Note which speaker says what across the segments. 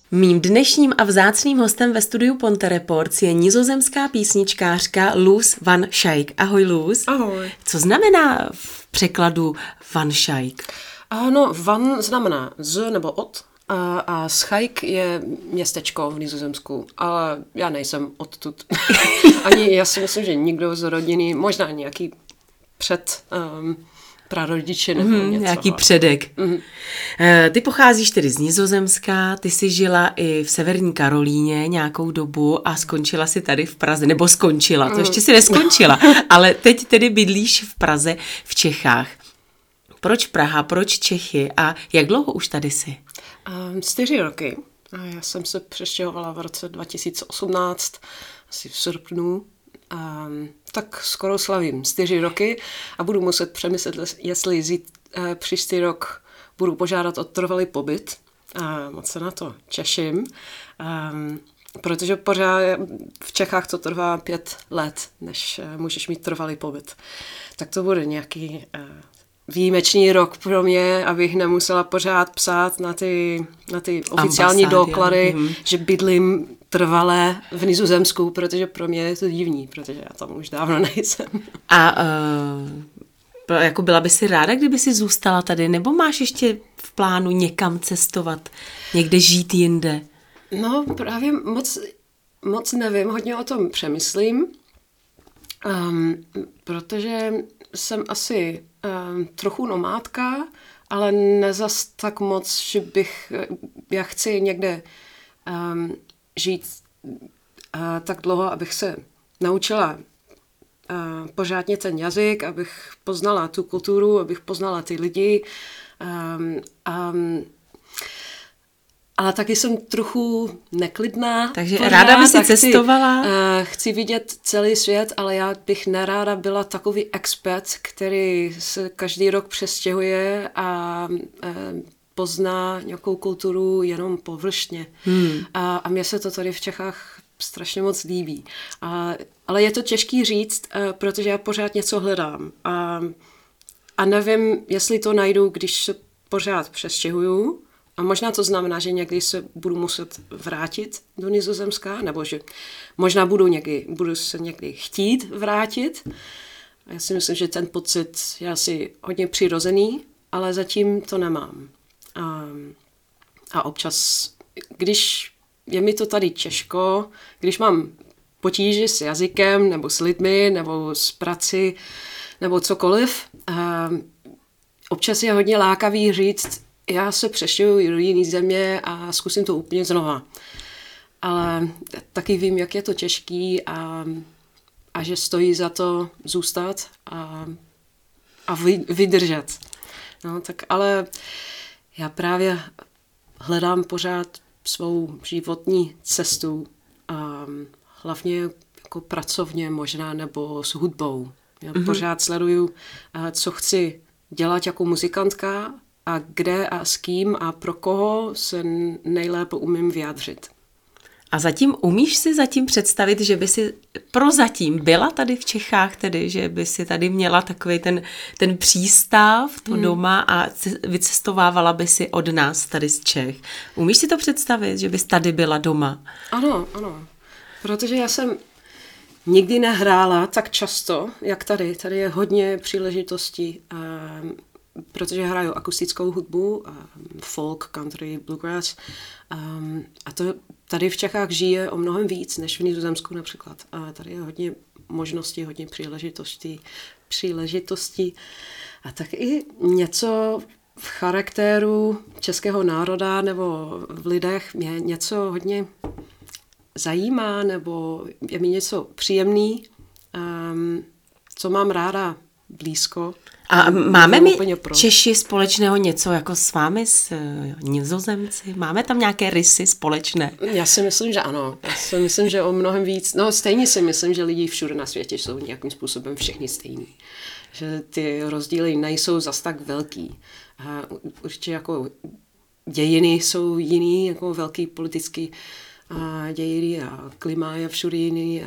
Speaker 1: Mým dnešním a vzácným hostem ve studiu Ponte Reports je nizozemská písničkářka Loes van Schaik. Ahoj Loes.
Speaker 2: Ahoj.
Speaker 1: Co znamená v překladu van Schaik?
Speaker 2: No, van znamená z nebo od a Schaik je městečko v Nizozemsku, ale já nejsem odtud. Ani já si myslím, že nikdo z rodiny, možná nějaký prarodiče nebo něco.
Speaker 1: Nějaký předek. Ty pocházíš tedy z Nizozemska, ty jsi žila i v Severní Karolíně nějakou dobu a skončila si tady v Praze, nebo skončila, to ještě si neskončila, ale teď tedy bydlíš v Praze, v Čechách. Proč Praha, proč Čechy a jak dlouho už tady jsi?
Speaker 2: 4 roky. Já jsem se přestěhovala v roce 2018, asi v srpnu. Tak skoro slavím 4 roky a budu muset přemyslet, jestli příští rok budu požádat o trvalý pobyt. Moc se na to těším, protože pořád v Čechách to trvá 5 let, než můžeš mít trvalý pobyt. Tak to bude nějaký výjimečný rok pro mě, abych nemusela pořád psát na ty oficiální doklady, že bydlím trvalé v Nizozemsku, protože pro mě je to divný, protože já tam už dávno nejsem.
Speaker 1: A jako byla by si ráda, kdyby si zůstala tady, nebo máš ještě v plánu někam cestovat, někde žít jinde?
Speaker 2: No právě moc nevím, hodně o tom přemýšlím, protože jsem asi trochu nomádka, ale nezas tak moc, že já chci někde žít tak dlouho, abych se naučila pořádně ten jazyk, abych poznala tu kulturu, abych poznala ty lidi. Ale taky jsem trochu neklidná.
Speaker 1: Takže pořád, ráda by si cestovala?
Speaker 2: Chci vidět celý svět, ale já bych neráda byla takový expert, který se každý rok přestěhuje a pozná nějakou kulturu jenom površně. A mně se to tady v Čechách strašně moc líbí. Ale je to těžký říct, protože já pořád něco hledám. A nevím, jestli to najdu, když se pořád přestěhuju. A možná to znamená, že někdy se budu muset vrátit do Nizozemska, nebo že možná budu se někdy chtít vrátit. A já si myslím, že ten pocit je asi hodně přirozený, ale zatím to nemám. A občas, když je mi to tady těžko, když mám potíže s jazykem, nebo s lidmi, nebo s prací, nebo cokoliv, občas je hodně lákavý říct, já se přestěhuji do jiné země a zkusím to úplně znova. Ale taky vím, jak je to těžký a že stojí za to zůstat a vydržet. No, tak ale já právě hledám pořád svou životní cestu a hlavně jako pracovně možná nebo s hudbou. Já pořád sleduju, co chci dělat jako muzikantka a kde a s kým a pro koho se nejlépe umím vyjádřit.
Speaker 1: A umíš si zatím představit, že by si prozatím byla tady v Čechách, tedy, že by si tady měla takový ten přístav, to doma a vycestovávala by si od nás tady z Čech. Umíš si to představit, že bys tady byla doma?
Speaker 2: Ano. Protože já jsem nikdy nehrála tak často, jak tady. Tady je hodně příležitostí, protože hraju akustickou hudbu, folk, country, bluegrass. A to tady v Čechách žije o mnohem víc, než v Nizozemsku například. A tady je hodně možností, hodně příležitostí. A tak i něco v charakteru českého národa nebo v lidech mě něco hodně zajímá, nebo je mi něco příjemný, co mám ráda blízko.
Speaker 1: A máme my Češi společného něco jako s vámi, s Nizozemci? Máme tam nějaké rysy společné?
Speaker 2: Já si myslím, že ano. Já si myslím, že o mnohem víc. No stejně si myslím, že lidi všude na světě jsou nějakým způsobem všichni stejní. Že ty rozdíly nejsou zas tak velký. A určitě jako dějiny jsou jiný, jako velký politický dějiny a klima je všude jiný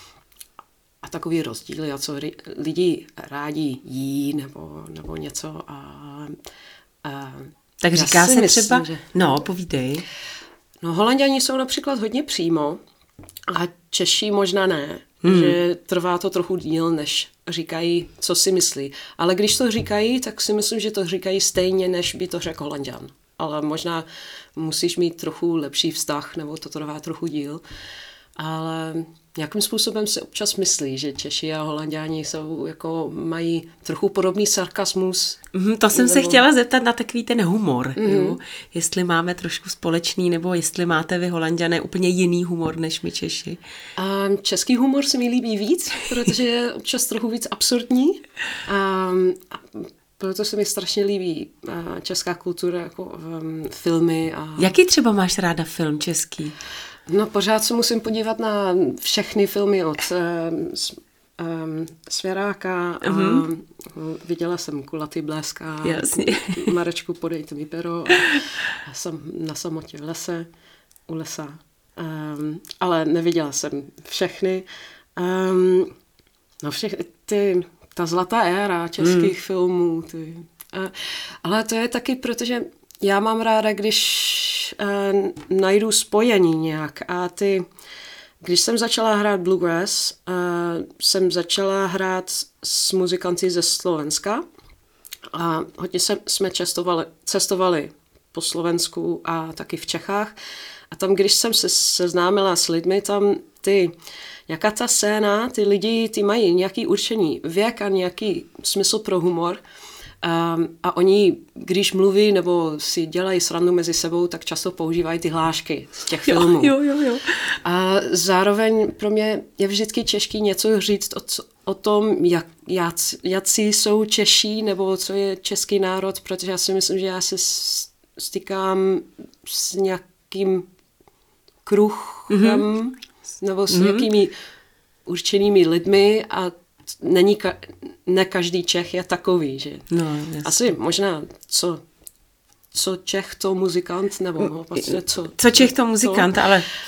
Speaker 2: a takový rozdíly, a co lidi rádi jí nebo něco.
Speaker 1: Tak říká se myslím, třeba, povídej.
Speaker 2: No, Holanďani jsou například hodně přímo a Češi možná ne, že trvá to trochu díl, než říkají, co si myslí. Ale když to říkají, tak si myslím, že to říkají stejně, než by to řekl Holanďan. Ale možná musíš mít trochu lepší vztah, nebo to trvá trochu díl. Ale nějakým způsobem se občas myslí, že Češi a Holanďani jsou jako mají trochu podobný sarkasmus.
Speaker 1: To jsem se chtěla zeptat na takový ten humor. Jo? Jestli máme trošku společný, nebo jestli máte vy Holanďané úplně jiný humor než my Češi.
Speaker 2: A český humor se mi líbí víc, protože je občas trochu víc absurdní. A proto se mi strašně líbí česká kultura, jako filmy.
Speaker 1: Jaký třeba máš ráda film český?
Speaker 2: No, pořád se musím podívat na všechny filmy od Svěráka a viděla jsem Kulatý blesk a Marečku, podejte mi pero a jsem Na samotě v lese, u lesa. Ale neviděla jsem všechny. No, ta zlatá éra českých filmů. Ale to je taky, protože já mám ráda, když najdu spojení nějak a když jsem začala hrát bluegrass, jsem začala hrát s muzikanty ze Slovenska a hodně jsme cestovali po Slovensku a taky v Čechách a tam, když jsem se seznámila s lidmi, tam nějaká ta scéna, ty lidi, ty mají nějaký určený věk a nějaký smysl pro humor. A oni, když mluví nebo si dělají srandu mezi sebou, tak často používají ty hlášky z těch filmů.
Speaker 1: Jo.
Speaker 2: A zároveň pro mě je vždycky těžké něco říct o tom, jaký jsou Češi nebo co je český národ, protože já si myslím, že já se stykám s nějakým kruhem nebo s nějakými určenými lidmi a ne každý Čech je takový, že?
Speaker 1: No,
Speaker 2: asi možná, co Čech, to muzikant, nebo vlastně
Speaker 1: co Čech, to muzikant,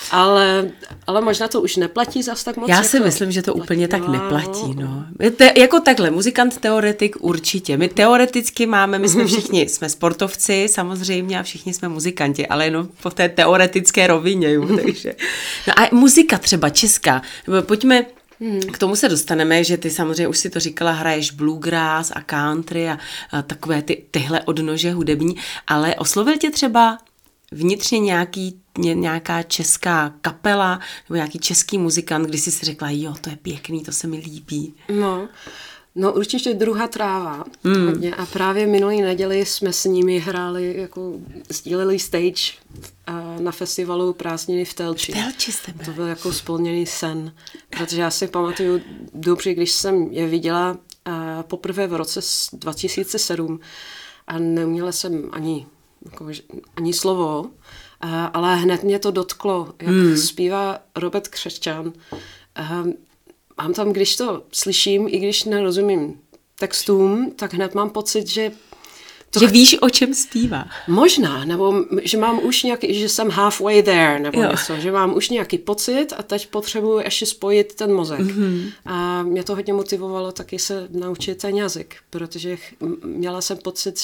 Speaker 2: ale možná to už neplatí zas tak moc.
Speaker 1: Já si myslím, že to úplně tak neplatí, no. Jako takhle, muzikant, teoretik určitě. My teoreticky my jsme všichni, jsme sportovci samozřejmě a všichni jsme muzikanti, ale jenom po té teoretické rovině, jo, takže. No a muzika třeba česká, pojďme. K tomu se dostaneme, že ty samozřejmě už si to říkala, hraješ bluegrass a country a takové tyhle odnože hudební, ale oslovil tě třeba vnitřně nějaká česká kapela nebo nějaký český muzikant, kdy jsi si řekla, jo, to je pěkný, to se mi líbí.
Speaker 2: No určitě Druhá tráva. Hodně. A právě minulý neděli jsme s nimi hráli, jako sdíleli stage na festivalu Prázdniny v Telči.
Speaker 1: V Telči jste byli.
Speaker 2: To byl jako splněný sen, protože já si pamatuju dobře, když jsem je viděla poprvé v roce 2007 a neuměla jsem ani slovo, ale hned mě to dotklo, jak zpívá Robert Křesťan. Mám tam, když to slyším, i když nerozumím textům, tak hned mám pocit, že
Speaker 1: víš, o čem zpívá.
Speaker 2: Možná, nebo že mám už že jsem halfway there, nebo něco, že mám už nějaký pocit a teď potřebuji ještě spojit ten mozek. A mě to hodně motivovalo taky se naučit ten jazyk, protože měla jsem pocit,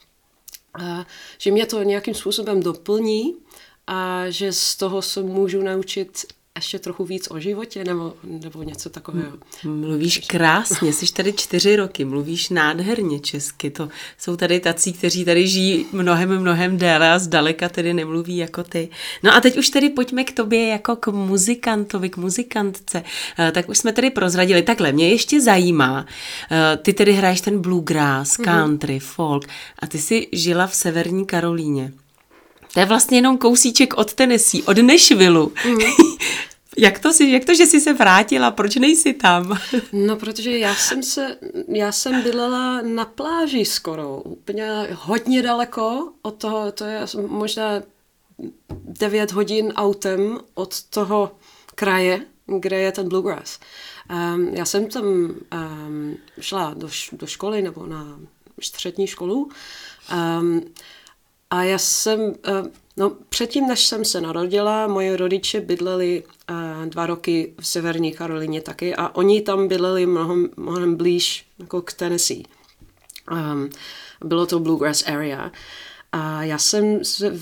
Speaker 2: že mě to nějakým způsobem doplní a že z toho se můžu naučit ještě trochu víc o životě nebo něco takového.
Speaker 1: Mluvíš krásně, jsi tady 4 roky, mluvíš nádherně česky. To jsou tady tací, kteří tady žijí mnohem déle a zdaleka tedy nemluví jako ty. No a teď už tedy pojďme k tobě jako k muzikantovi, k muzikantce. Tak už jsme tedy prozradili. Takhle, mě ještě zajímá, ty tedy hraješ ten bluegrass, country, folk a ty jsi žila v Severní Karolíně. To je vlastně jenom kousíček od Tennessee, od Nashvilleu. Jak to, že jsi se vrátila? Proč nejsi tam?
Speaker 2: No, protože já jsem bydlela na pláži skoro, úplně hodně daleko od toho, to je možná 9 hodin autem od toho kraje, kde je ten bluegrass. Já jsem tam šla do školy nebo na střední školu a já jsem, předtím, než jsem se narodila, moje rodiče bydleli 2 roky v Severní Karolíně taky a oni tam bydleli mnohem blíž jako k Tennessee. Bylo to bluegrass area. A já jsem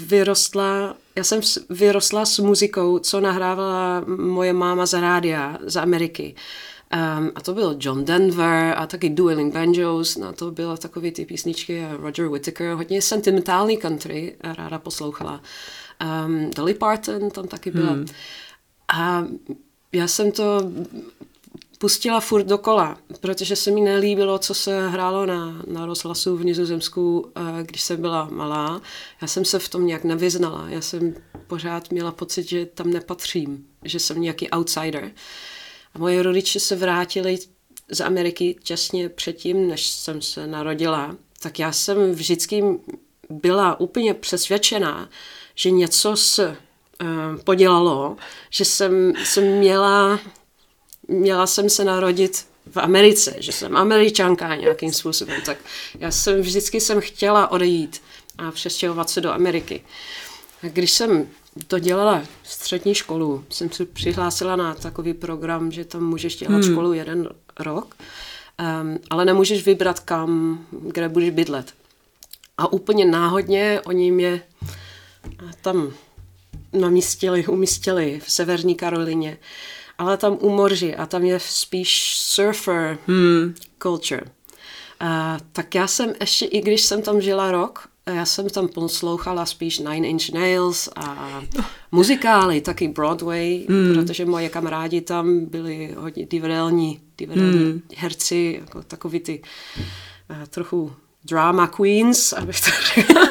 Speaker 2: vyrostla s muzikou, co nahrávala moje máma za rádia z Ameriky. A to byl John Denver a taky Dueling Banjos, no to bylo takové ty písničky a Roger Whittaker, hodně sentimentální country, ráda poslouchala. Dolly Parton tam taky byla. A já jsem to pustila furt dokola, protože se mi nelíbilo, co se hrálo na rozhlasu v Nizozemsku, když jsem byla malá. Já jsem se v tom nějak nevyznala. Já jsem pořád měla pocit, že tam nepatřím, že jsem nějaký outsider. A moje rodiče se vrátili z Ameriky těsně předtím, než jsem se narodila. Tak já jsem vždycky byla úplně přesvědčená, že něco se podělalo, že jsem měla jsem se narodit v Americe, že jsem Američanka nějakým způsobem. Tak já vždycky jsem chtěla odejít a přestěhovat se do Ameriky. A když jsem dodělala střední školu, jsem se přihlásila na takový program, že tam můžeš dělat školu 1 rok, ale nemůžeš vybrat kam, kde budeš bydlet. A úplně náhodně oni mě tam umístili v Severní Karolíně, ale tam u moři a tam je spíš surfer culture. Tak já jsem ještě, i když jsem tam žila rok, já jsem tam poslouchala spíš Nine Inch Nails a muzikály, taky Broadway, protože moje kamarádi tam byli hodně divadelní herci, jako takový ty trochu drama queens, abych to řekla.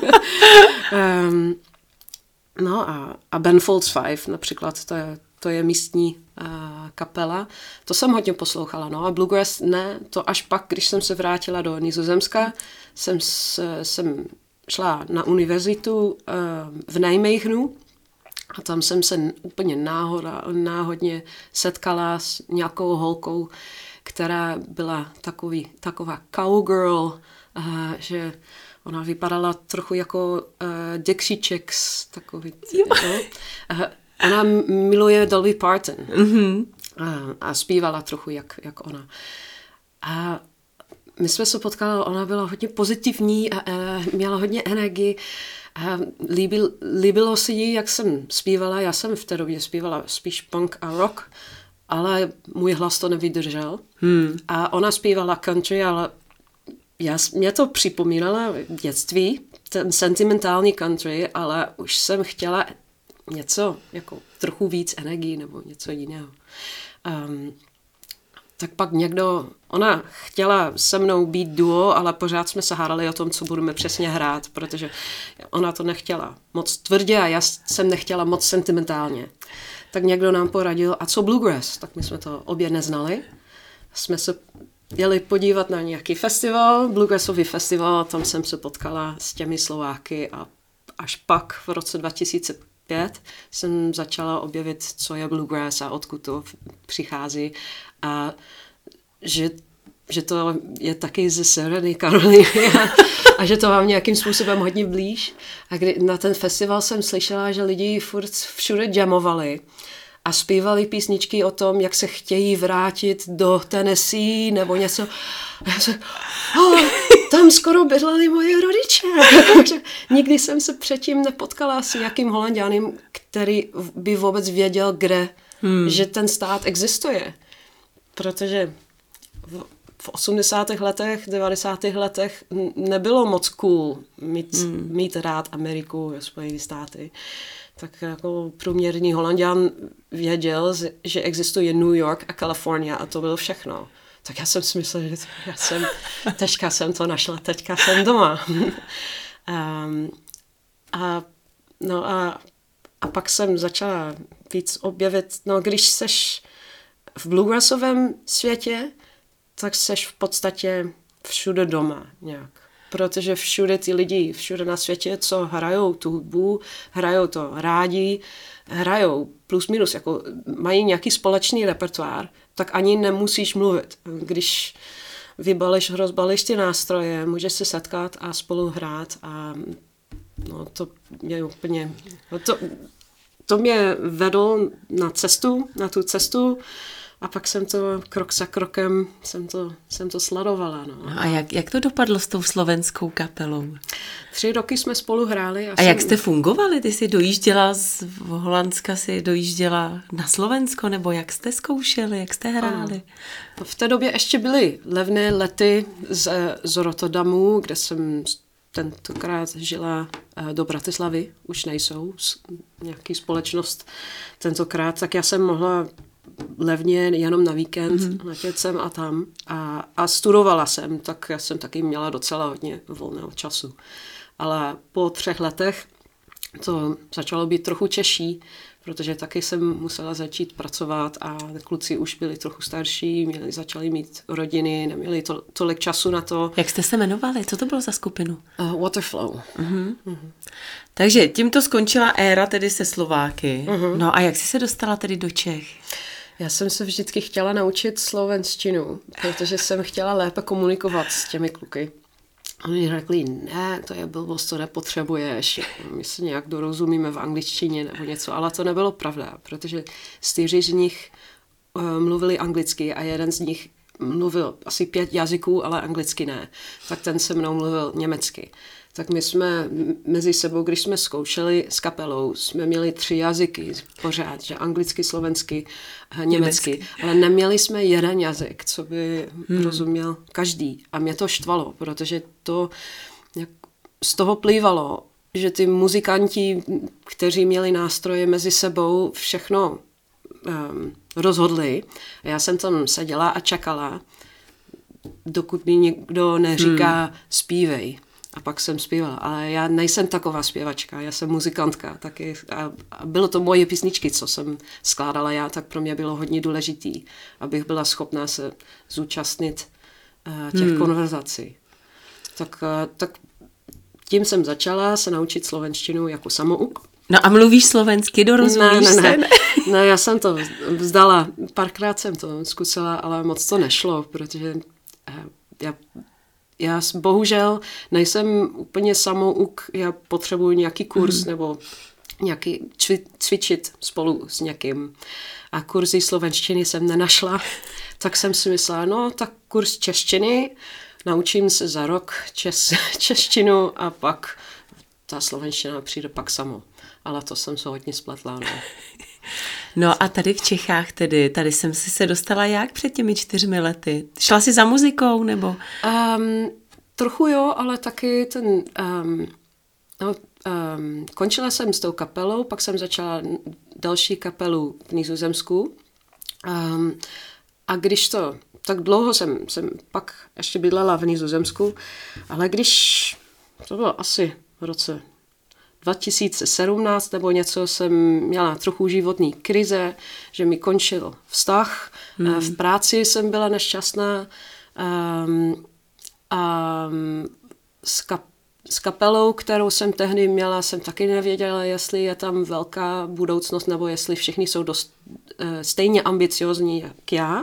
Speaker 2: No a Ben Folds Five například, to je místní kapela. To jsem hodně poslouchala. No a bluegrass ne, to až pak, když jsem se vrátila do Nizozemska, jsem šla na univerzitu v Nijmegenu a tam jsem se úplně náhodně setkala s nějakou holkou, která byla taková cowgirl, že ona vypadala trochu jako Dixie Chicks, takový. Ona miluje Dolly Parton a zpívala trochu jak ona. A my jsme se potkali, ona byla hodně pozitivní a měla hodně energii. A líbilo se jí, jak jsem zpívala. Já jsem v té době zpívala spíš punk a rock, ale můj hlas to nevydržel. A ona zpívala country, ale mě to připomínalo dětství, ten sentimentální country, ale už jsem chtěla něco, jako trochu víc energii nebo něco jiného. Tak pak ona chtěla se mnou být duo, ale pořád jsme se hádali o tom, co budeme přesně hrát, protože ona to nechtěla moc tvrdě a já jsem nechtěla moc sentimentálně. Tak někdo nám poradil, a co bluegrass? Tak my jsme to obě neznali. Jsme se jeli podívat na nějaký festival, bluegrassový festival, tam jsem se potkala s těmi Slováky a až pak v roce 2005 jsem začala objevit, co je bluegrass a odkud to přichází a že to je taky ze Severní Karolíny a že to mám nějakým způsobem hodně blíž. A na ten festival jsem slyšela, že lidi furt všude jamovali a zpívali písničky o tom, jak se chtějí vrátit do Tennessee nebo něco. A já jsem, tam skoro bydleli moje rodiče. Nikdy jsem se předtím nepotkala s nějakým Holanďanem, který by vůbec věděl, kde, že ten stát existuje. Protože v 80. letech, 90. letech nebylo moc cool mít rád Ameriku, Spojené státy. Tak jako průměrný Holanďan věděl, že existuje New York a Kalifornie a to bylo všechno. Tak já jsem si myslela, že teďka jsem to našla, teďka jsem doma. A pak jsem začala víc objevit, když seš v bluegrassovém světě, tak seš v podstatě všude doma nějak. Protože všude ty lidi, všude na světě, co hrajou tu hudbu, hrajou to rádi, hrajou plus minus, jako mají nějaký společný repertoár, tak ani nemusíš mluvit. Když rozbalíš ty nástroje, můžeš se setkat a spolu hrát a to je úplně... To mě vedlo na tu cestu A pak jsem to krok za krokem jsem to sledovala. No.
Speaker 1: A jak to dopadlo s tou slovenskou kapelou?
Speaker 2: 3 roky jsme spolu hráli.
Speaker 1: A jak jste fungovali? Ty jsi dojížděla z Holandska, si dojížděla na Slovensko, nebo jak jste zkoušeli, jak jste hráli?
Speaker 2: V té době ještě byly levné lety z Rotterdamu, kde jsem tentokrát žila do Bratislavy, už nejsou nějaký společnost tentokrát, tak já jsem mohla levně jenom na víkend letět sem a tam a studovala jsem, tak já jsem taky měla docela hodně volného času. Ale po 3 letech to začalo být trochu těžší, protože taky jsem musela začít pracovat a kluci už byli trochu starší, začali mít rodiny, neměli tolik času na to.
Speaker 1: Jak jste se jmenovali? Co to bylo za skupinu?
Speaker 2: Waterflow.
Speaker 1: Takže tímto skončila éra tedy se Slováky. No a jak jsi se dostala tedy do Čech?
Speaker 2: Já jsem se vždycky chtěla naučit slovenštinu, protože jsem chtěla lépe komunikovat s těmi kluky. Oni řekli, ne, to je blbost, to nepotřebuješ, my se nějak dorozumíme v angličtině nebo něco, ale to nebylo pravda, protože 4 z nich mluvili anglicky a jeden z nich mluvil asi 5 jazyků, ale anglicky ne, tak ten se mnou mluvil německy. Tak my jsme mezi sebou, když jsme zkoušeli s kapelou, jsme měli 3 jazyky pořád, že anglicky, slovensky, německy, ale neměli jsme jeden jazyk, co by rozuměl každý. A mě to štvalo, protože to z toho plývalo, že ty muzikanti, kteří měli nástroje mezi sebou, všechno rozhodli. Já jsem tam seděla a čekala, dokud mi někdo neříká zpívej. A pak jsem zpívala, ale já nejsem taková zpěvačka, já jsem muzikantka taky a bylo to moje písničky, co jsem skládala já, tak pro mě bylo hodně důležitý, abych byla schopná se zúčastnit těch konverzací. Tak tím jsem začala se naučit slovenštinu jako samouk.
Speaker 1: No a mluvíš slovensky, dorozumíš se?
Speaker 2: Ne, já jsem to vzdala, párkrát jsem to zkusila, ale moc to nešlo, protože já bohužel nejsem úplně samouk, já potřebuji nějaký kurz nebo nějaký cvičit spolu s někým. A kurzy slovenštiny jsem nenašla, tak jsem si myslela, no tak kurz češtiny, naučím se za rok češtinu a pak ta slovenština přijde pak samo. Ale to jsem se hodně spletla.
Speaker 1: No a tady v Čechách tedy, tady jsem si se dostala jak před těmi 4 lety? Šla jsi za muzikou, nebo?
Speaker 2: Trochu jo, ale taky končila jsem s tou kapelou, pak jsem začala další kapelu v Nizozemsku. A když tak dlouho jsem pak ještě bydlela v Nizozemsku, ale když to bylo asi v roce 2017 nebo něco, jsem měla trochu životní krize, že mi končil vztah, v práci jsem byla nešťastná a s kapelou, kterou jsem tehdy měla, jsem taky nevěděla, jestli je tam velká budoucnost nebo jestli všichni jsou dost stejně ambiciozní jak já.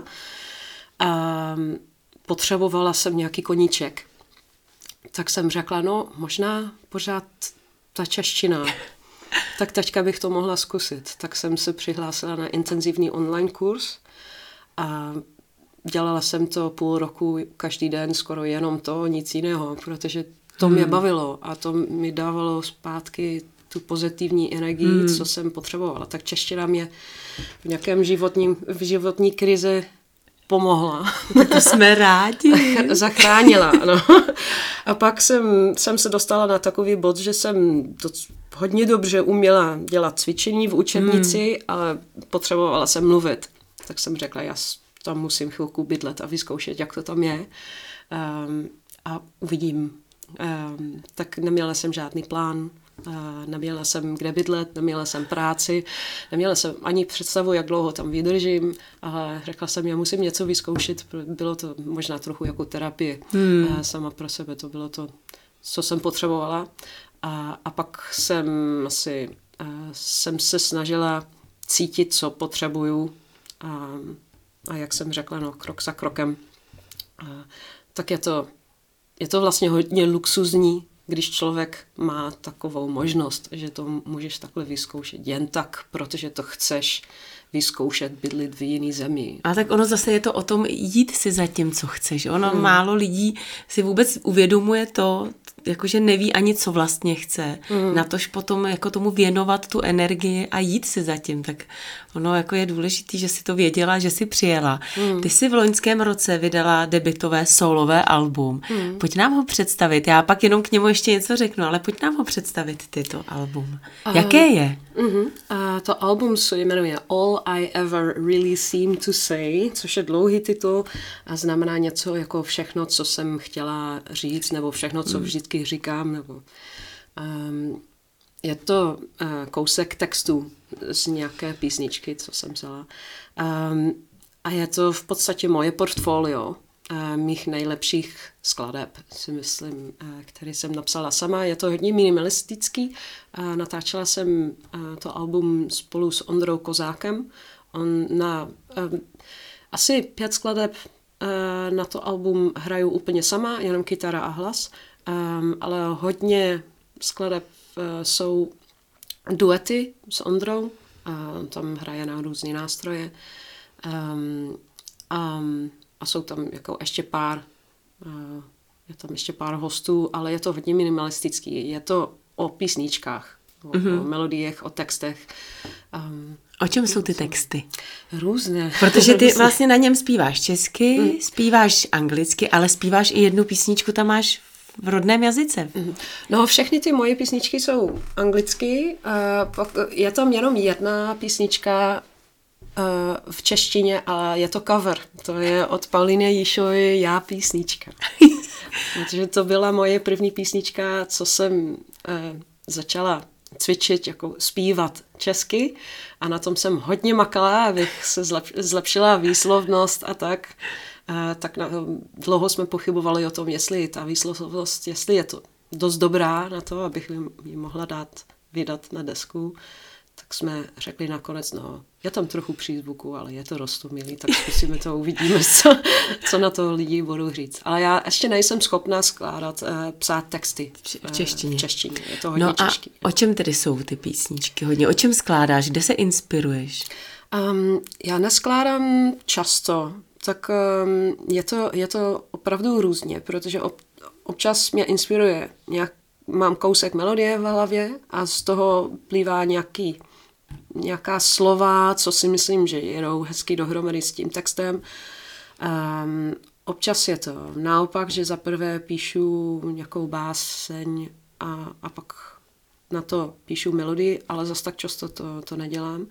Speaker 2: Potřebovala jsem nějaký koníček. Tak jsem řekla, no možná pořád ta čeština, tak teďka bych to mohla zkusit. Tak jsem se přihlásila na intenzivní online kurz a dělala jsem to půl roku každý den, skoro jenom to, nic jiného, protože to mě bavilo a to mi dávalo zpátky tu pozitivní energii, co jsem potřebovala. Tak čeština mě v nějakém životní krizi pomohla.
Speaker 1: To jsme rádi.
Speaker 2: Zachránila, no. A pak jsem se dostala na takový bod, že jsem hodně dobře uměla dělat cvičení v učebnici, ale potřebovala jsem mluvit. Tak jsem řekla, já tam musím chvilku bydlet a vyzkoušet, jak to tam je. A uvidím. Tak neměla jsem žádný plán. Neměla jsem kde bydlet, neměla jsem práci, neměla jsem ani představu, jak dlouho tam vydržím, ale řekla jsem, já musím něco vyzkoušet, bylo to možná trochu jako terapie sama pro sebe, to bylo to, co jsem potřebovala a pak jsem se snažila cítit, co potřebuju a jak jsem řekla, no, krok za krokem, tak je to vlastně hodně luxusní, když člověk má takovou možnost, že to můžeš takhle vyzkoušet jen tak, protože to chceš, vyzkoušet bydlit v jiný zemi.
Speaker 1: A tak ono zase je to o tom jít si za tím, co chceš. Ono málo lidí si vůbec uvědomuje to, jakože neví ani, co vlastně chce. Natož potom jako tomu věnovat tu energii a jít si za tím. Tak ono jako je důležité, že si to věděla, že si přijela. Ty jsi v loňském roce vydala debutové solové album. Pojď nám ho představit. Já pak jenom k němu ještě něco řeknu, ale pojď nám ho představit, tyto album. Jaké je?
Speaker 2: To album se jmenuje All I Ever Really Seem to Say, což je dlouhý titul a znamená něco jako všechno, co jsem chtěla říct, nebo všechno, co vždycky říkám. Nebo, je to kousek textu z nějaké písničky, co jsem vzala. A je to v podstatě moje portfolio mých nejlepších skladeb, si myslím, který jsem napsala sama. Je to hodně minimalistický. Natáčela jsem to album spolu s Ondrou Kozákem. On na asi 5 skladeb na to album hraju úplně sama, jenom kytara a hlas, ale hodně skladeb jsou duety s Ondrou, tam hraje na různé nástroje a jsou tam jako ještě je tam ještě pár hostů, ale je to hodně minimalistický. Je to o písničkách, o melodiích, o textech.
Speaker 1: O čem jsou ty texty?
Speaker 2: Různé.
Speaker 1: Protože ty vlastně na něm zpíváš česky, zpíváš anglicky, ale zpíváš i jednu písničku, tam máš v rodném jazyce.
Speaker 2: No, všechny ty moje písničky jsou anglicky. Je tam jenom jedna písnička v češtině, ale je to cover. To je od Paulíny Jíšové Já písnička. Protože to byla moje první písnička, co jsem začala cvičit, jako zpívat česky a na tom jsem hodně makala, abych se zlepšila výslovnost a tak. Tak dlouho jsme pochybovali o tom, jestli ta výslovnost, jestli je to dost dobrá na to, abych ji mohla vydat na desku. Tak jsme řekli nakonec, no, je tam trochu přízvuku, ale je to roztomilý, tak zkusíme to, uvidíme, co na to lidi budou říct. Ale já ještě nejsem schopná psát texty
Speaker 1: v češtině.
Speaker 2: V češtině, je to hodně těžký.
Speaker 1: O čem tedy jsou ty písničky hodně? O čem skládáš? Kde se inspiruješ?
Speaker 2: Já neskládám často, tak je to opravdu různě, protože občas mě inspiruje mám kousek melodie v hlavě a z toho plývá nějaká slova, co si myslím, že jedou hezky dohromady s tím textem. Občas je to naopak, že zaprvé píšu nějakou báseň a pak na to píšu melodii, ale zas tak často to nedělám.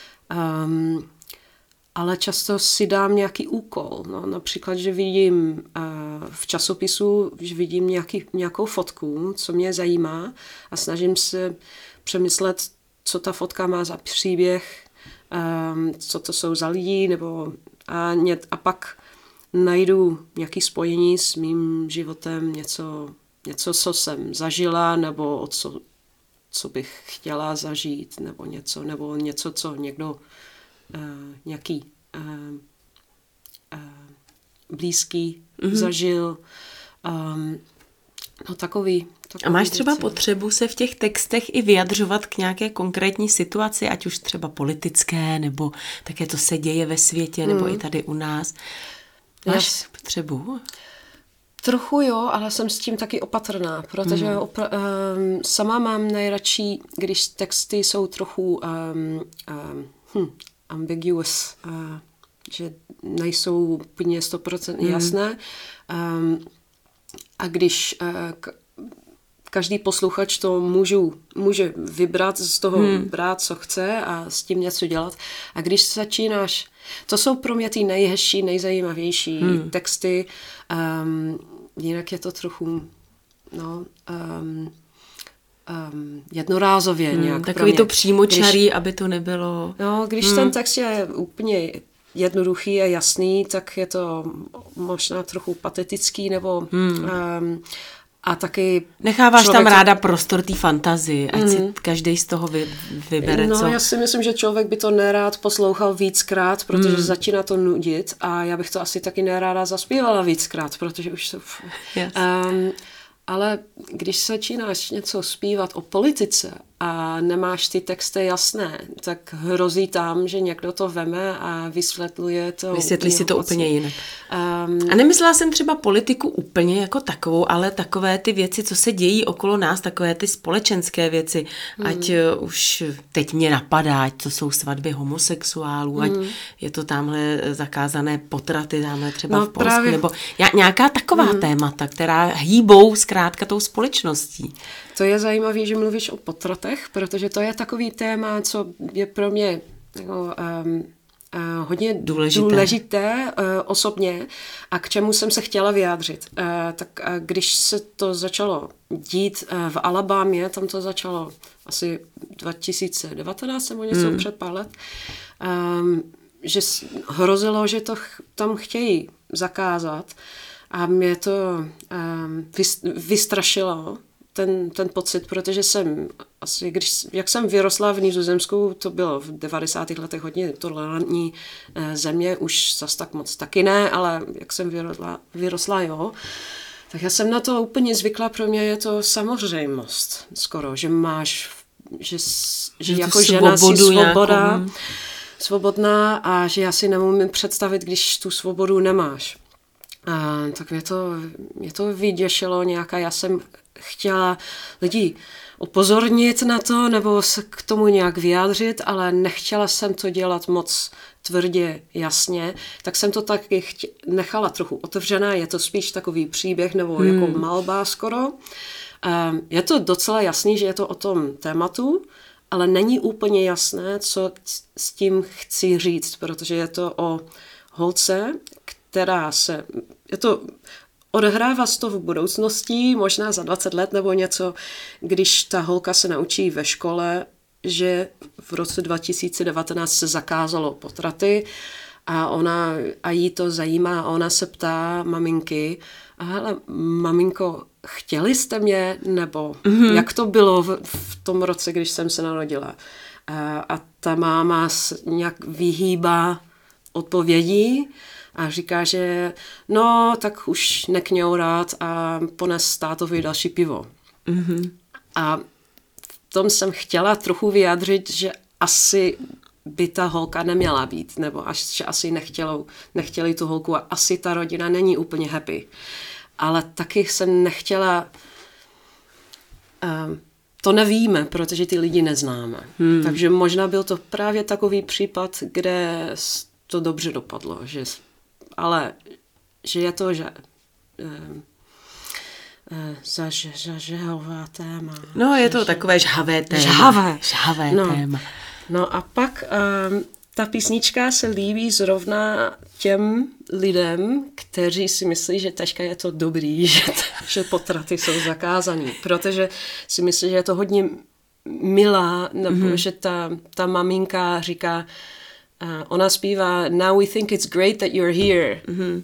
Speaker 2: Ale často si dám nějaký úkol. No, například, že vidím v časopisu, že vidím nějakou fotku, co mě zajímá a snažím se přemyslet, co ta fotka má za příběh, co to jsou za lidi, a pak najdu nějaké spojení s mým životem, něco, co jsem zažila, nebo co bych chtěla zažít, nebo něco, co někdo nějaký blízký zažil. Takový
Speaker 1: a máš třeba potřebu se v těch textech i vyjadřovat k nějaké konkrétní situaci, ať už třeba politické, nebo také to se děje ve světě, nebo i tady u nás. Máš potřebu?
Speaker 2: Trochu jo, ale jsem s tím taky opatrná, protože sama mám nejradši, když texty jsou trochu ambiguous, že nejsou úplně 100% jasné. A když každý posluchač to může vybrat, z toho brát, co chce a s tím něco dělat. A když začínáš, to jsou pro mě ty nejhezčí, nejzajímavější texty, jinak je to trochu jednorázově nějak.
Speaker 1: Takový to přímočarý, aby to nebylo...
Speaker 2: No, když ten text je úplně jednoduchý a jasný, tak je to možná trochu patetický, nebo a taky...
Speaker 1: Necháváš tam ráda prostor té fantazii, ať si každý z toho vybere, co...
Speaker 2: No, já si myslím, že člověk by to nerád poslouchal víckrát, protože začíná to nudit a já bych to asi taky neráda zaspívala víckrát, protože už to...
Speaker 1: Yes.
Speaker 2: ale když začínáš něco zpívat o politice a nemáš ty texty jasné, tak hrozí tam, že někdo to veme a
Speaker 1: vysvětlí si to úplně jinak. A nemyslela jsem třeba politiku úplně jako takovou, ale takové ty věci, co se dějí okolo nás, takové ty společenské věci, ať už teď mě napadá, ať to jsou svatby homosexuálů, ať je to tamhle zakázané potraty, tamhle třeba v Polsku, právě. Nebo nějaká taková témata, která hýbou zkrátka tou společností.
Speaker 2: To je zajímavé, že mluvíš o potratech, protože to je takový téma, co je pro mě jako, hodně důležité osobně a k čemu jsem se chtěla vyjádřit. Tak když se to začalo dít v Alabámě, tam to začalo asi 2019 nebo něco před pár let, že hrozilo, že to tam chtějí zakázat a mě to vystrašilo, ten pocit, protože jsem asi, jak jsem vyrostla v Nizozemsku, to bylo v 90. letech hodně tolerantní země, už zas tak moc taky ne, ale jak jsem vyrostla, jo, tak já jsem na to úplně zvykla, pro mě je to samozřejmost skoro, že máš, že jako žena jsi svobodná a že já si nemůžu představit, když tu svobodu nemáš. Tak mě to vyděšilo nějaká, já jsem chtěla lidi upozornit na to, nebo se k tomu nějak vyjádřit, ale nechtěla jsem to dělat moc tvrdě, jasně, tak jsem to taky nechala trochu otevřená, je to spíš takový příběh, nebo jako malba skoro. Je to docela jasný, že je to o tom tématu, ale není úplně jasné, co s tím chci říct, protože je to o holce, která odehrává se to v budoucnosti, možná za 20 let nebo něco, když ta holka se naučí ve škole, že v roce 2019 se zakázalo potraty a jí to zajímá a ona se ptá maminky, hele, maminko, chtěli jste mě, nebo jak to bylo v tom roce, když jsem se narodila. A ta máma nějak vyhýbá odpovědí a říká, že no, tak už nekňourát a pones tátovi další pivo. A v tom jsem chtěla trochu vyjádřit, že asi by ta holka neměla být, nebo že asi nechtěli tu holku a asi ta rodina není úplně happy. Ale taky jsem nechtěla, to nevíme, protože ty lidi neznáme. Takže možná byl to právě takový případ, kde to dobře dopadlo, ale že je to, že zažehová téma.
Speaker 1: No, je to takové žhavé téma. Žhavé téma.
Speaker 2: No a pak ta písnička se líbí zrovna těm lidem, kteří si myslí, že teďka je to dobrý, že potraty jsou zakázaný, protože si myslí, že je to hodně milá, nebo že ta maminka říká, ona zpívá Now we think it's great that you're here.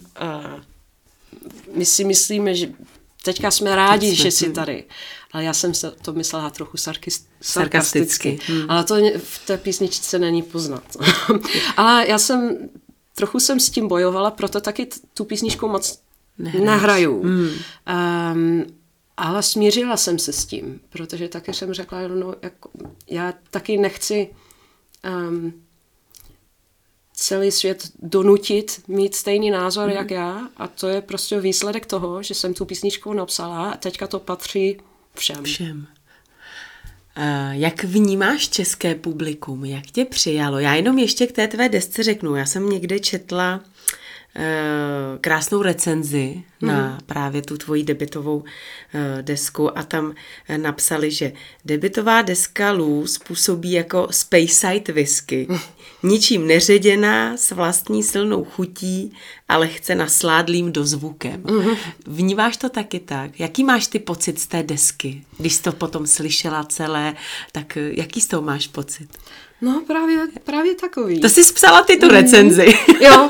Speaker 2: My si myslíme, že teďka jsme rádi, že jsi tady. Ale já jsem to myslela trochu sarkasticky. Ale to v té písničce není poznat. Ale trochu jsem s tím bojovala, proto taky tu písničku moc nehraju. Ale smířila jsem se s tím, protože taky jsem řekla, no, jako, já taky nechci celý svět donutit mít stejný názor jak já a to je prostě výsledek toho, že jsem tu písničku napsala a teďka to patří všem.
Speaker 1: Jak vnímáš české publikum? Jak tě přijalo? Já jenom ještě k té tvé desce řeknu. Já jsem někde četla krásnou recenzi na právě tu tvoji debutovou desku a tam napsali, že debutová deska Loose působí jako Speyside whisky. Ničím neředěná, s vlastní silnou chutí, ale chce nasládlým dozvukem. Vnímáš to taky tak? Jaký máš ty pocit z té desky? Když jsi to potom slyšela celé, tak jaký z toho máš pocit?
Speaker 2: No právě takový.
Speaker 1: To jsi psala ty tu recenzi.
Speaker 2: Jo.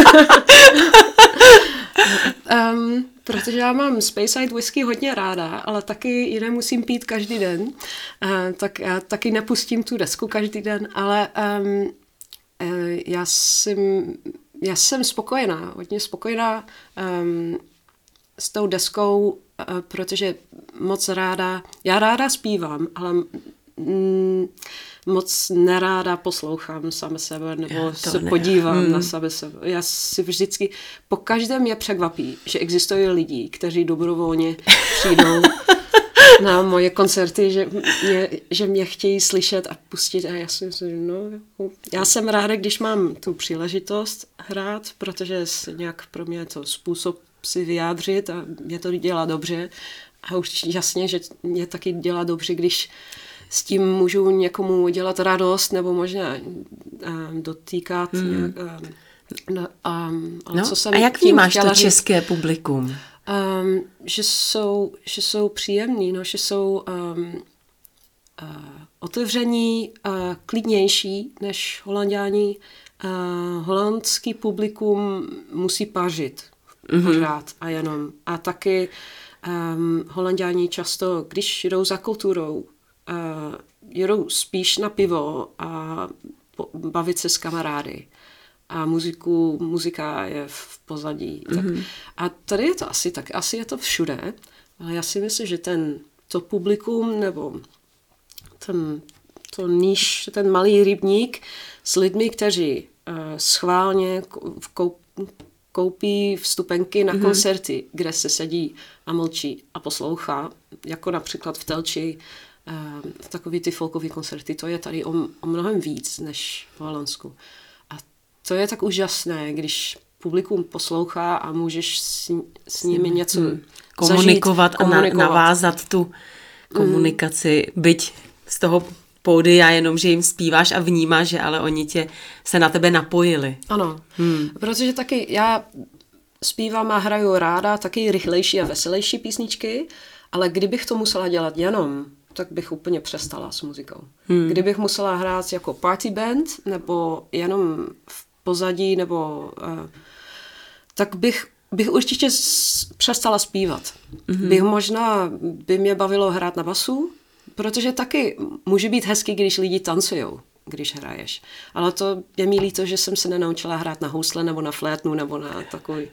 Speaker 2: Protože já mám Speyside whisky hodně ráda, ale taky ji nemusím pít každý den. Tak já taky nepustím tu desku každý den, ale já jsem spokojená, hodně spokojená s tou deskou, protože já ráda zpívám, ale moc neráda poslouchám same sebe, nebo se podívám na sebe. Já si vždycky, po každém mě překvapí, že existují lidi, kteří dobrovolně přijdou na moje koncerty, že mě chtějí slyšet a pustit a já si myslím, já jsem ráda, když mám tu příležitost hrát, protože nějak pro mě je to způsob si vyjádřit a mě to dělá dobře a už jasně, že mě taky dělá dobře, když s tím můžu někomu dělat radost nebo možná dotýkat.
Speaker 1: A jak vnímáš to české publikum?
Speaker 2: Že jsou příjemní, že jsou otevření, klidnější než Holanďáni. Holandský publikum musí pařit pořád a jenom. A taky Holanďáni často, když jdou za kulturou, jedou spíš na pivo a bavit se s kamarády. A muzika je v pozadí. Tak. A tady je to asi je to všude, ale já si myslím, že to publikum nebo ten malý rybník s lidmi, kteří schválně koupí vstupenky na koncerty, kde se sedí a mlčí a poslouchá, jako například v Telči, takový ty folkový koncerty, to je tady o mnohem víc než v Holandsku. A to je tak úžasné, když publikum poslouchá a můžeš s nimi něco
Speaker 1: komunikovat a navázat tu komunikaci, byť z toho pódia jenom, že jim zpíváš a vnímáš, že ale oni se na tebe napojili.
Speaker 2: Ano, protože taky já zpívám a hraju ráda taky rychlejší a veselější písničky, ale kdybych to musela dělat jenom, tak bych úplně přestala s muzikou. Kdybych musela hrát jako party band nebo jenom v pozadí, nebo tak bych určitě přestala zpívat. By mě bavilo hrát na basu, protože taky může být hezky, když lidi tancujou, když hraješ. Ale to je mi líto, že jsem se nenaučila hrát na housle nebo na flétnu nebo na takový.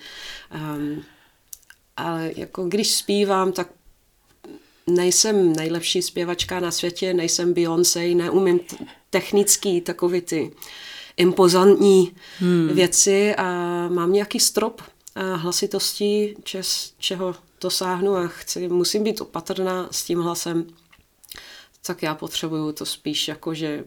Speaker 2: Ale jako když zpívám, tak nejsem nejlepší zpěvačka na světě, nejsem Beyoncé, neumím technický takový ty impozantní věci a mám nějaký strop hlasitosti, čeho dosáhnu a musím být opatrná s tím hlasem, tak já potřebuju to spíš jako, že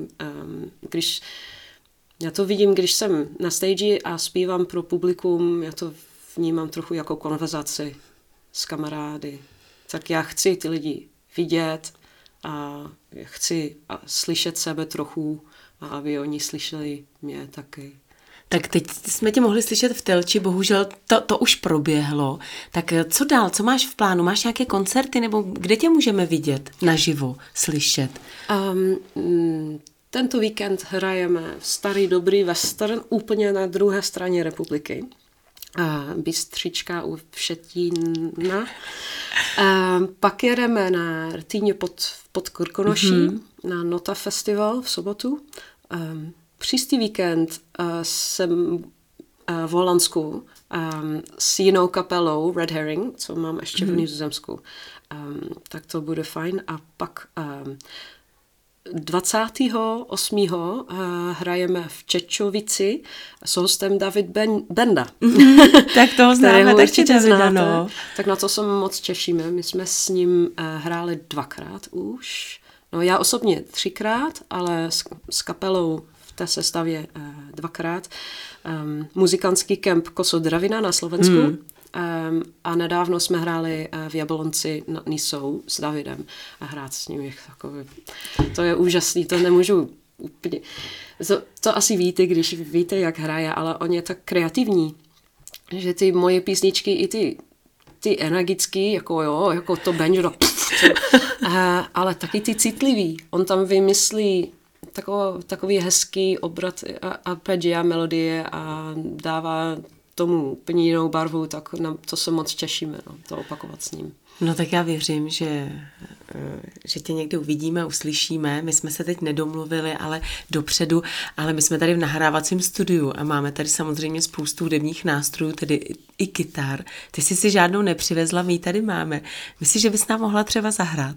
Speaker 2: já to vidím, když jsem na stage a zpívám pro publikum, já to vnímám trochu jako konverzaci s kamarády. Tak já chci ty lidi vidět a chci slyšet sebe trochu a aby oni slyšeli mě taky.
Speaker 1: Tak teď jsme tě mohli slyšet v Telči, bohužel to už proběhlo. Tak co dál, co máš v plánu? Máš nějaké koncerty nebo kde tě můžeme vidět naživo, slyšet?
Speaker 2: Tento víkend hrajeme starý dobrý western úplně na druhé straně republiky. Bystřička u Všetína. Pak jedeme na Rtýně pod Krkonoší na Nota Festival v sobotu. Příští víkend jsem v Holandsku s jinou kapelou Red Herring, co mám ještě v Nizozemsku. Tak to bude fajn. A pak 28. hrajeme v Čečovici s hostem David Benda.
Speaker 1: Tak toho známe, tak určitě znáte.
Speaker 2: Tak na to se moc těšíme. My jsme s ním hráli 2krát už. No já osobně 3krát, ale s kapelou v té sestavě 2krát. Muzikantský kemp Kosodravina na Slovensku. A nedávno jsme hráli v Jablonci nad Nisou s Davidem a hrát s ním je takový, to je úžasný, to nemůžu úplně, to asi víte, když víte, jak hraje, ale on je tak kreativní, že ty moje písničky i ty energický, jako to banjo, ale taky ty citlivý, on tam vymyslí takový hezký obrat arpegia melodie a dává tomu úplně jinou barvu, tak na to se moc těšíme, no, to opakovat s ním.
Speaker 1: No tak já věřím, že tě někde uvidíme, uslyšíme. My jsme se teď nedomluvili, ale dopředu, ale my jsme tady v nahrávacím studiu a máme tady samozřejmě spoustu hudebních nástrojů, tedy i kytar. Ty jsi si žádnou nepřivezla, my ji tady máme. Myslíš, že bys nám mohla třeba zahrát?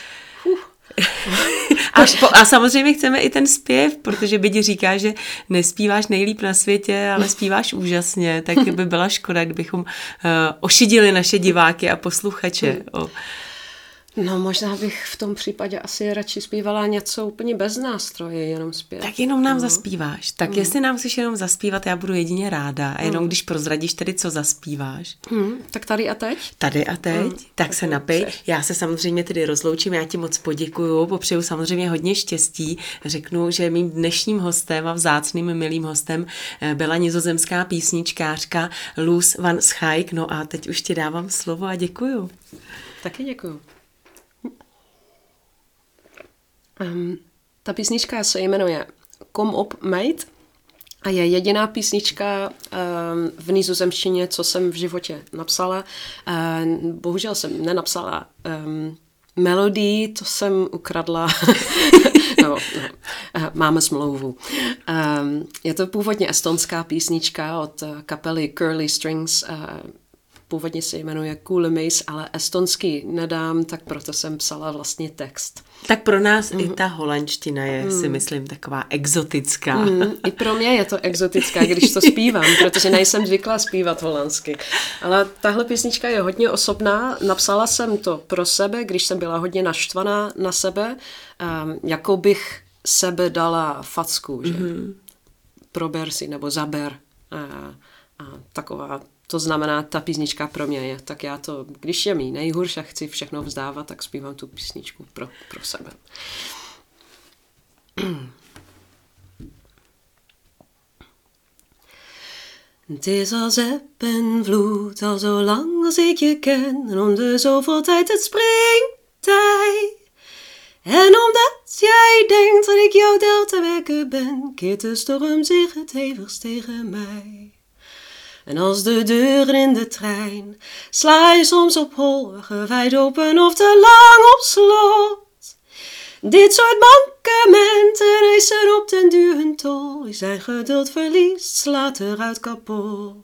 Speaker 1: A samozřejmě chceme i ten zpěv, protože Bidi říká, že nespíváš nejlíp na světě, ale zpíváš úžasně, tak by byla škoda, kdybychom ošidili naše diváky a posluchače.
Speaker 2: No možná bych v tom případě asi radši zpívala něco úplně bez nástroje, jenom zpěv.
Speaker 1: Tak jenom nám zaspíváš. Tak jestli nám chceš jenom zaspívat, já budu jedině ráda. A jenom když prozradíš tedy, co zaspíváš.
Speaker 2: Tak tady a teď?
Speaker 1: Tady a teď. Tak se napij. Já se samozřejmě tedy rozloučím, já ti moc poděkuju, popřeju samozřejmě hodně štěstí. Řeknu, že mým dnešním hostem a vzácným milým hostem byla nizozemská písničkářka Loes van Schaik. No a teď už ti dávám slovo a děkuju.
Speaker 2: Taky děkuju. Ta písnička se jmenuje Kom op meid a je jediná písnička v nizozemštině, co jsem v životě napsala. Bohužel jsem nenapsala melodii, to jsem ukradla. Máme smlouvu. Je to původně estonská písnička od kapely Curly Strings. Původně se jmenuje Koele Meis, ale estonsky nedám, tak proto jsem psala vlastně text.
Speaker 1: Tak pro nás i ta holandština je, si myslím, taková exotická.
Speaker 2: I pro mě je to exotická, když to zpívám, protože nejsem zvyklá zpívat holandsky. Ale tahle písnička je hodně osobná. Napsala jsem to pro sebe, když jsem byla hodně naštvaná na sebe, jako bych sebe dala facku, že prober si nebo zaber. A taková, to znamená, ta písnička pro mě je, tak já to, když je mi nejhůř a chci všechno vzdávat, tak zpívám tu písničku pro sebe. Het is als eb en vloed, al zo lang als ik je ken, en om de zoveel tijd het springtij. En omdat jij denkt dat ik jouw deltawerker ben, keert de storm zich het hevigst tegen mij. En als de deuren in de trein sla je soms op hol, gewijd open of te lang op slot. Dit soort mankementen eisen op den duur hun tol. Wie zijn geduld verliest, slaat eruit kapot.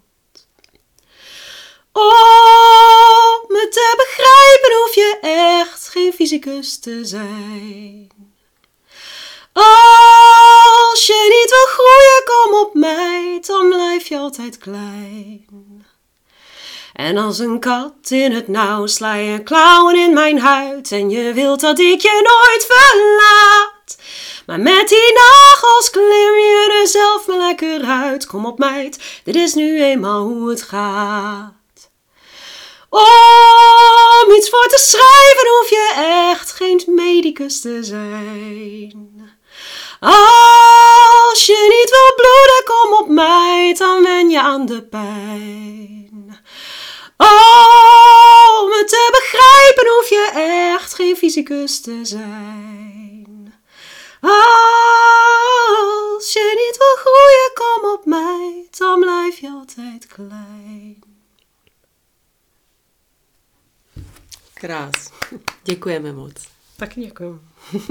Speaker 2: Om me te begrijpen hoef je echt geen fysicus te zijn. Als je niet wil groeien, kom op mij, dan blijf je altijd klein. En als een kat in het nauw sla je klauwen in mijn huid en je wilt dat ik je nooit verlaat. Maar met die nagels klim je er zelf maar lekker uit. Kom op meid, dit is nu eenmaal hoe het gaat. Om iets voor te schrijven hoef je echt geen medicus te zijn. Als je niet wil bloeden, kom op meid, dan wen je aan de pijn. Om me te begrijpen hoef je echt geen fysicus te zijn. Als je niet wil groeien, kom op meid, dan blijf je altijd klein.
Speaker 1: Krás. Děkujeme moc.
Speaker 2: Tak děkuju.